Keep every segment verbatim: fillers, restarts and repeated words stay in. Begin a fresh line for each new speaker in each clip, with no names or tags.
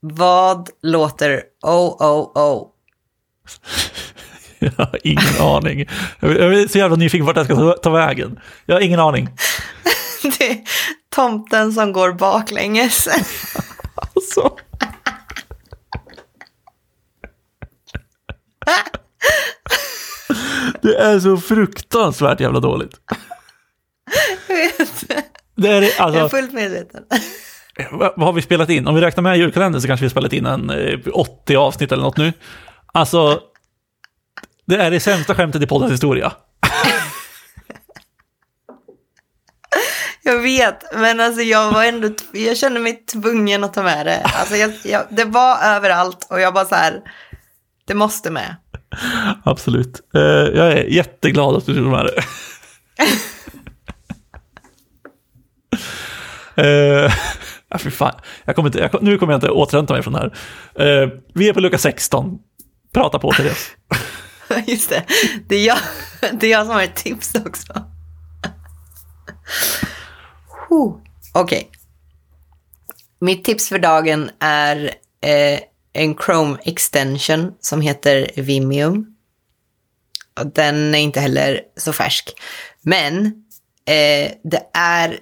Vad låter oh, oh, oh?
Jag har ingen aning. Jag är så jävla nyfiken vart jag ska ta, ta vägen. Jag har ingen aning.
Det är tomten som går baklänges.
Alltså. Det är så fruktansvärt jävla dåligt.
Jag vet.
Det är, alltså,
jag är fullt medveten.
Vad, vad har vi spelat in? Om vi räknar med julkalendern så kanske vi har spelat in en eh, åttio avsnitt eller något nu. Alltså, det är det sämsta skämtet i poddens historia.
Jag vet, men alltså jag var ändå, jag kände mig tvungen att ta med det. Alltså jag, jag, det var överallt och jag bara så här, det måste med.
Absolut. Uh, jag är jätteglad att du tog med det. uh, ja, för fan. Jag kommer inte, jag, nu kommer jag inte återhämta mig från det här. Uh, vi är på lucka sexton. Prata på, Therese.
Just det. Det är jag, det är jag som har ett tips också. Okej. Okay. Mitt tips för dagen är eh, en Chrome extension som heter Vimium. Och den är inte heller så färsk. Men eh, det är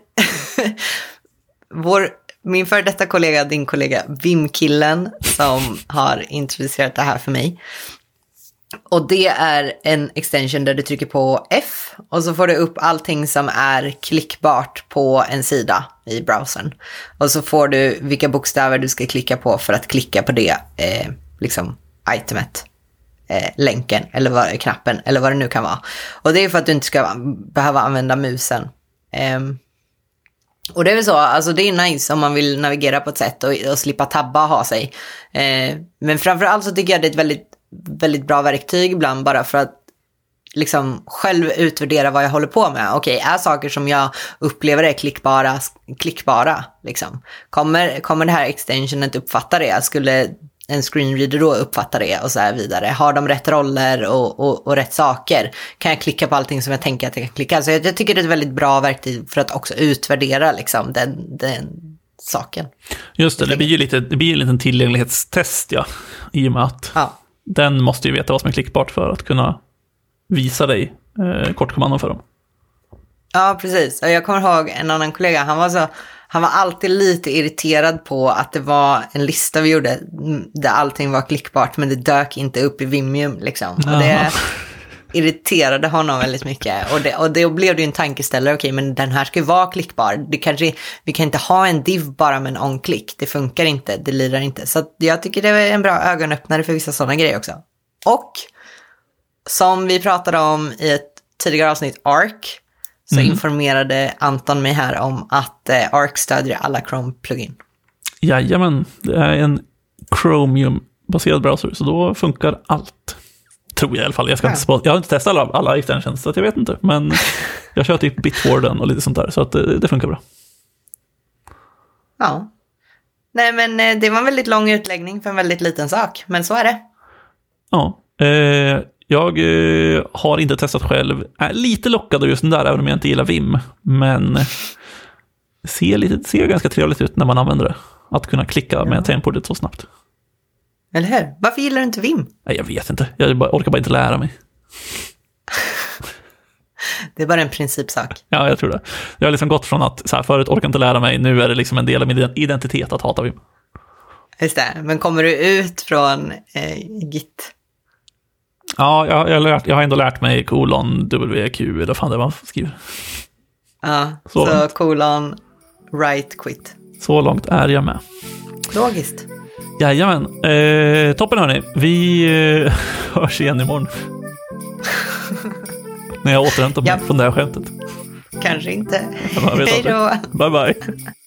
vår, min före detta kollega, din kollega Vim-killen som har introducerat det här för mig. Och det är en extension där du trycker på F och så får du upp allting som är klickbart på en sida i browsern. Och så får du vilka bokstäver du ska klicka på för att klicka på det eh, liksom itemet, eh, länken eller vad, knappen eller vad det nu kan vara. Och det är för att du inte ska behöva använda musen. Eh, och det är väl så, alltså det är nice om man vill navigera på ett sätt och, och slippa tabba och ha sig. Eh, men framförallt så tycker jag det är ett väldigt väldigt bra verktyg ibland bara för att liksom själv utvärdera vad jag håller på med. Okej, är saker som jag upplever är klickbara, klickbara liksom. Kommer, kommer det här extensionet uppfatta det? Skulle en screenreader då uppfatta det och så här vidare? Har de rätt roller och, och, och rätt saker? Kan jag klicka på allting som jag tänker att jag kan klicka? Så jag, jag tycker det är ett väldigt bra verktyg för att också utvärdera liksom den, den saken. Just det,
det blir ju lite, det blir ju en liten tillgänglighetstest, ja. I och med att
ja.
Den måste ju veta vad som är klickbart för att kunna visa dig eh, kortkommandon för dem.
Ja, precis. Och jag kommer ihåg en annan kollega, han var så han var alltid lite irriterad på att det var en lista vi gjorde där allting var klickbart men det dök inte upp i Vimium liksom. Och det irriterade honom väldigt mycket. Och det, och det blev det ju en tankeställare, okej, men den här ska ju vara klickbar. Det kanske, vi kan inte ha en div bara med en on-klick. Det funkar inte, det lirar inte. Så jag tycker det är en bra ögonöppnare för vissa sådana grejer också. Och som vi pratade om i ett tidigare avsnitt, Arc, så mm. informerade Anton mig här om att eh, Arc stödjer alla Chrome-plugin.
Jajamän, det är en Chromium-baserad browser, så då funkar allt. Tror jag i alla fall. Jag, ska ja. inte, jag har inte testat alla, alla extensions så att jag vet inte. Men jag kör typ Bitwarden och lite sånt där. Så att det, det funkar bra.
Ja. Nej, men det var en väldigt lång utläggning för en väldigt liten sak. Men så är det.
Ja. Eh, jag eh, har inte testat själv. Är lite lockad av just den där, även om jag inte gillar Vim. Men det ser, lite, ser ganska trevligt ut när man använder det. Att kunna klicka ja. med tempordet så snabbt.
Eller hur? Varför gillar du inte Vim?
Nej, jag vet inte. Jag bara, orkar bara inte lära mig.
Det är bara en principsak.
Ja, jag tror det. Jag har liksom gått från att så här, förut orkar inte lära mig. Nu är det liksom en del av min identitet att hata Vim.
Just det. Men kommer du ut från eh, Git?
Ja, jag, jag, har lärt, jag har ändå lärt mig kolon W Q eller fan det man skriver.
Ja, så, så kolon write quit.
Så långt är jag med.
Logiskt.
Jajamän. Eh, toppen hörni. Vi eh, hörs igen imorgon. När jag återhämtar mig ja. från det här skämtet.
Kanske inte.
Hej då. Bye bye.